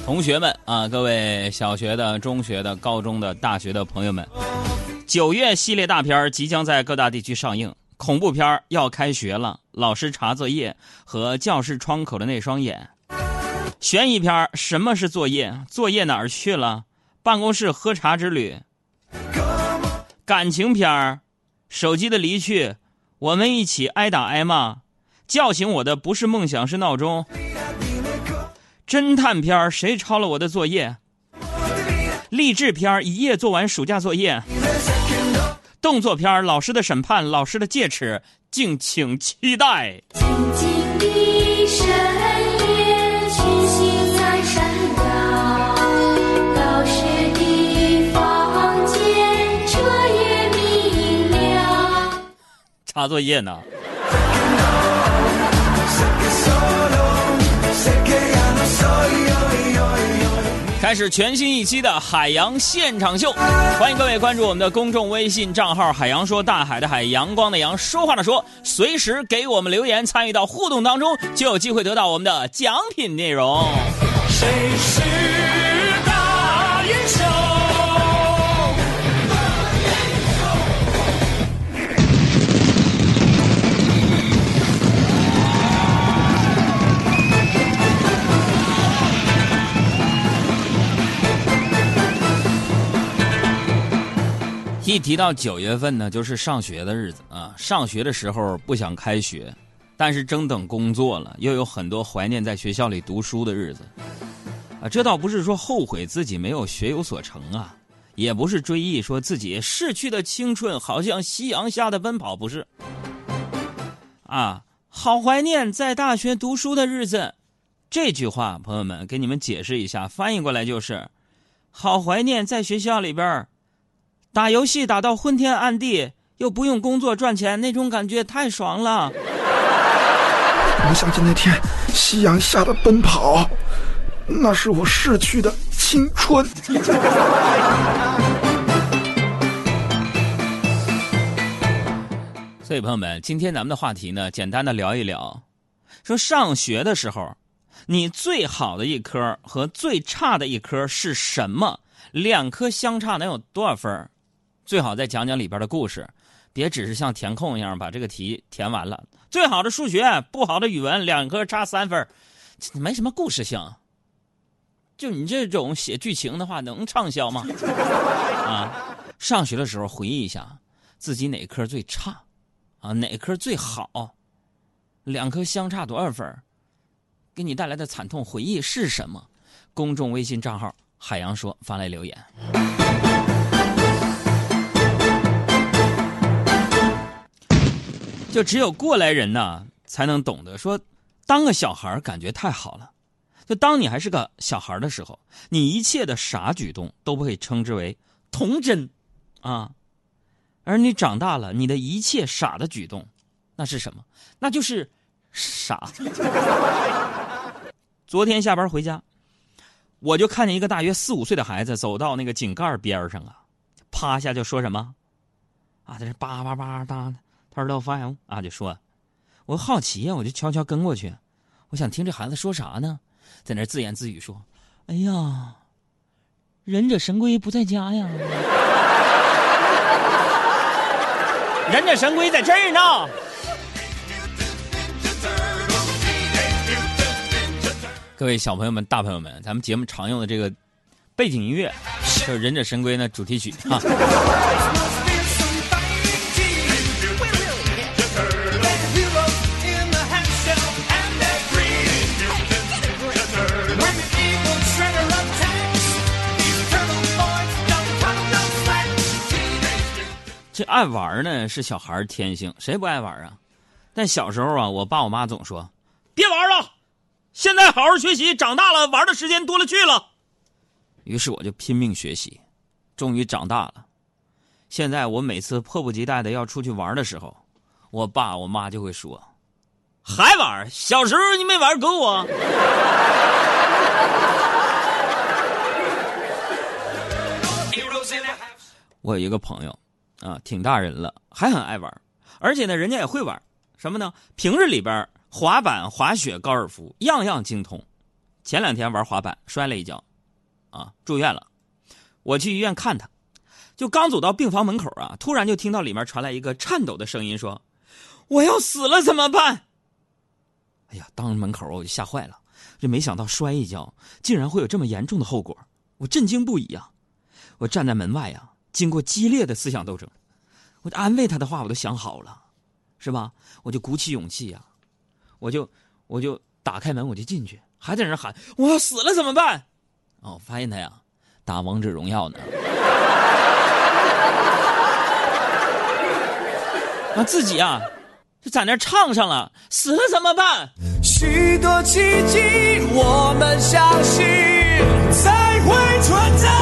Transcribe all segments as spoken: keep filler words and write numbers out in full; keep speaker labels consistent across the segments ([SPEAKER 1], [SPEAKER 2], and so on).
[SPEAKER 1] 同学们啊，各位小学的、中学的、高中的、大学的朋友们，九月系列大片即将在各大地区上映。恐怖片要开学了，老师查作业和教室窗口的那双眼。悬疑片什么是作业？作业哪儿去了？办公室喝茶之旅。感情片手机的离去，我们一起挨打挨骂。叫醒我的不是梦想，是闹钟。侦探片谁抄了我的作业？励志片一夜做完暑假作业。动作片老师的审判，老师的戒尺，敬请期待。
[SPEAKER 2] 静静的深夜，群星在闪耀，老师的房间彻夜明亮。
[SPEAKER 1] 查作业呢。开始全新一期的海洋现场秀，欢迎各位关注我们的公众微信账号海洋说，大海的海，阳光的阳，说话的说，随时给我们留言，参与到互动当中，就有机会得到我们的奖品内容。
[SPEAKER 3] 谁是大英雄？
[SPEAKER 1] 一提到九月份呢，就是上学的日子啊。上学的时候不想开学，但是正等工作了，又有很多怀念在学校里读书的日子啊。这倒不是说后悔自己没有学有所成啊，也不是追忆说自己逝去的青春好像夕阳下的奔跑，不是啊。好怀念在大学读书的日子，这句话朋友们给你们解释一下，翻译过来就是好怀念在学校里边打游戏打到昏天暗地，又不用工作赚钱，那种感觉太爽了。
[SPEAKER 4] 我想起那天夕阳下的奔跑，那是我逝去的青春。
[SPEAKER 1] 所以朋友们，今天咱们的话题呢，简单的聊一聊，说上学的时候你最好的一科和最差的一科是什么？两科相差能有多少分？最好再讲讲里边的故事，别只是像填空一样把这个题填完了。最好的数学，不好的语文，两科差三分，没什么故事性。就你这种写剧情的话，能畅销吗？啊，上学的时候回忆一下自己哪科最差啊，哪科最好，两科相差多少分，给你带来的惨痛回忆是什么？公众微信账号海洋说发来留言。就只有过来人呢才能懂得说，当个小孩感觉太好了。就当你还是个小孩的时候，你一切的傻举动都被称之为童真啊，而你长大了，你的一切傻的举动，那是什么？那就是傻。昨天下班回家，我就看见一个大约四五岁的孩子走到那个井盖边上啊，趴下就说什么啊，在这叭叭叭哒。Turn off fire 啊，就说，我好奇呀，我就悄悄跟过去，我想听这孩子说啥呢，在那自言自语说：“哎呀，忍者神龟不在家呀，忍者神龟在这儿呢。”各位小朋友们、大朋友们，咱们节目常用的这个背景音乐就是忍者神龟呢主题曲哈。这爱玩呢是小孩天性，谁不爱玩啊？但小时候啊，我爸我妈总说别玩了，现在好好学习，长大了玩的时间多了去了。于是我就拼命学习，终于长大了。现在我每次迫不及待的要出去玩的时候，我爸我妈就会说，还玩？小时候你没玩够啊。我有一个朋友啊，挺大人了，还很爱玩，而且呢，人家也会玩什么呢？平日里边滑板、滑雪、高尔夫，样样精通。 前两天玩滑板摔了一跤，啊，住院了。我去医院看他，就刚走到病房门口啊，突然就听到里面传来一个颤抖的声音说：“我要死了怎么办？”哎呀，当门口我就吓坏了，这没想到摔一跤竟然会有这么严重的后果，我震惊不已啊！我站在门外啊，经过激烈的思想斗争，我安慰他的话我都想好了，是吧？我就鼓起勇气啊，我就我就打开门我就进去，还在那喊我要死了怎么办？哦，发现他呀打王者荣耀呢。啊，自己啊就在那唱上了，死了怎么办？
[SPEAKER 3] 许多奇迹我们相信才会存在。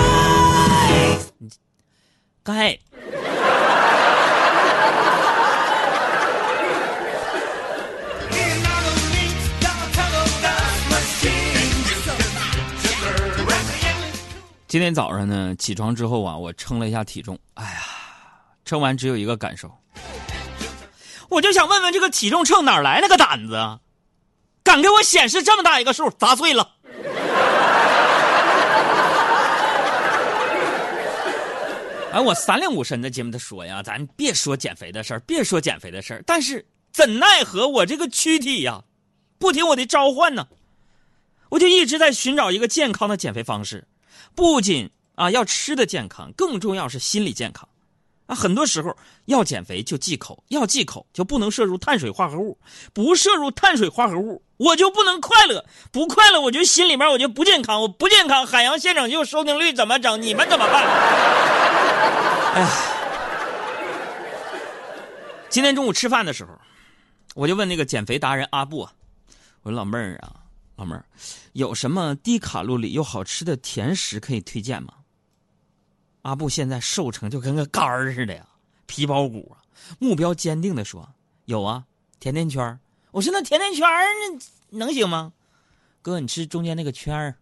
[SPEAKER 1] 该今天早上呢，起床之后啊，我称了一下体重，哎呀，称完只有一个感受，我就想问问这个体重秤哪来那个胆子啊，敢给我显示这么大一个数，砸碎了。哎，我三令五申的节目他说呀，咱别说减肥的事儿，别说减肥的事儿，但是怎奈何我这个躯体呀，不听我的召唤呢，我就一直在寻找一个健康的减肥方式。不仅啊要吃的健康，更重要是心理健康啊。很多时候要减肥就忌口，要忌口就不能摄入碳水化合物，不摄入碳水化合物我就不能快乐，不快乐我就心里面我就不健康，我不健康，海洋现场秀收听率怎么整？你们怎么办？哎呀，今天中午吃饭的时候，我就问那个减肥达人阿布啊，我说老妹儿啊。老妹儿，有什么低卡路里又好吃的甜食可以推荐吗？阿布现在瘦成就跟个杆儿似的呀，皮包骨啊，目标坚定的说：“有啊，甜甜圈。”我说：“那甜甜圈那能行吗？”哥，你吃中间那个圈儿。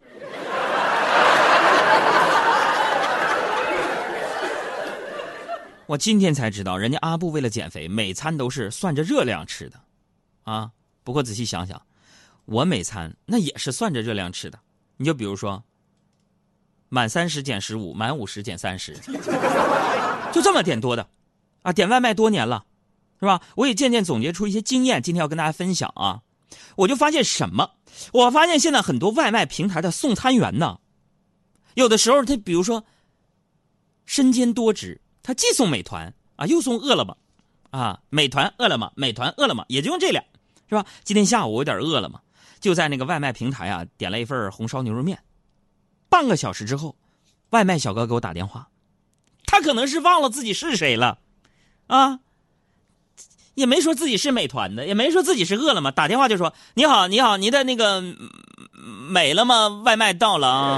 [SPEAKER 1] 我今天才知道，人家阿布为了减肥，每餐都是算着热量吃的，啊！不过仔细想想。我每餐那也是算着热量吃的，你就比如说，满三十减十五，满五十减三十，就这么点多的，啊，点外卖多年了，是吧？我也渐渐总结出一些经验，今天要跟大家分享啊。我就发现什么？我发现现在很多外卖平台的送餐员呢，有的时候他比如说身兼多职，他既送美团啊，又送饿了么，啊，美团饿了么，美团饿了么，也就用这俩，是吧？今天下午我有点饿了嘛。就在那个外卖平台啊，点了一份红烧牛肉面。半个小时之后，外卖小哥给我打电话，他可能是忘了自己是谁了，啊，也没说自己是美团的，也没说自己是饿了么，打电话就说：“你好，你好，您的那个美了吗？外卖到了啊。”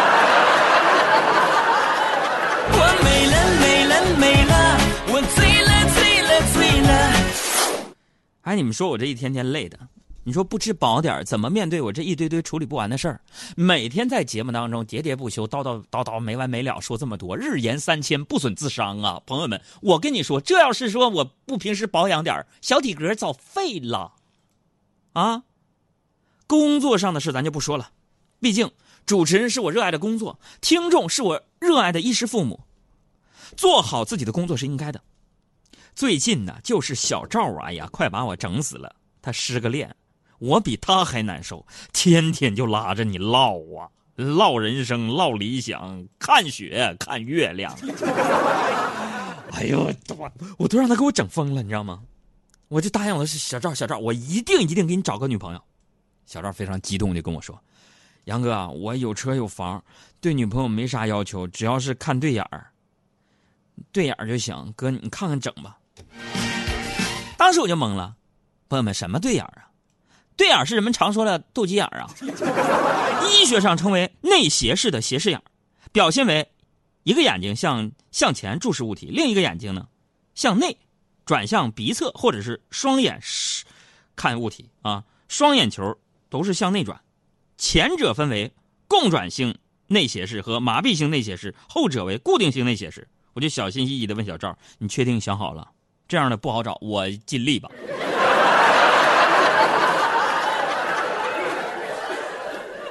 [SPEAKER 3] 我美了，美了，美了，我醉了，醉了，醉了。
[SPEAKER 1] 哎，你们说我这一天天累的。你说不吃饱点怎么面对我这一堆堆处理不完的事儿？每天在节目当中喋喋不休，叨叨叨叨没完没了，说这么多，日言三千，不损自伤啊！朋友们，我跟你说，这要是说我不平时保养点小体格早废了啊！工作上的事咱就不说了，毕竟主持人是我热爱的工作，听众是我热爱的衣食父母，做好自己的工作是应该的。最近呢，就是小赵，哎呀，快把我整死了，他失个恋。我比他还难受，天天就拉着你唠啊，唠人生，唠理想，看雪，看月亮。哎呦，我我都让他给我整疯了，你知道吗？我就答应了，是小赵，小赵，我一定一定给你找个女朋友。小赵非常激动，就跟我说：“杨哥啊，我有车有房，对女朋友没啥要求，只要是看对眼儿，对眼儿就行。哥，你看看整吧。”当时我就懵了，朋友们，什么对眼儿啊？对眼是人们常说的斗鸡眼啊，医学上称为内斜视的斜视眼，表现为一个眼睛向向前注视物体，另一个眼睛呢向内转向鼻侧或者是双眼看物体啊，双眼球都是向内转。前者分为共转性内斜视和麻痹性内斜视，后者为固定性内斜视。我就小心翼翼地问小赵：“你确定想好了？这样的不好找，我尽力吧。”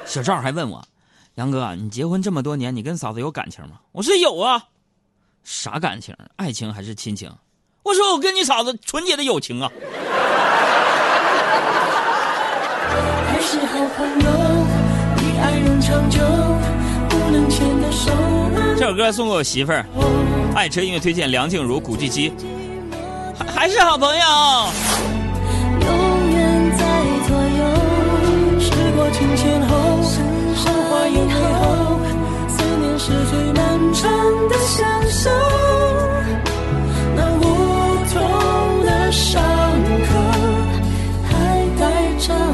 [SPEAKER 1] 小赵还问我，杨哥，你结婚这么多年，你跟嫂子有感情吗？我说有啊。啥感情？爱情还是亲情？我说我跟你嫂子纯洁的友情啊。
[SPEAKER 3] 还是好朋友，比爱人长久，不能牵的手。
[SPEAKER 1] 这首歌送给我媳妇儿。爱车音乐推荐梁静茹古巨基，还还是好朋友。
[SPEAKER 3] 永远在左右，时过境迁后，韶华烟灭后，思念是最漫长的相守。那无痛的伤口，还带着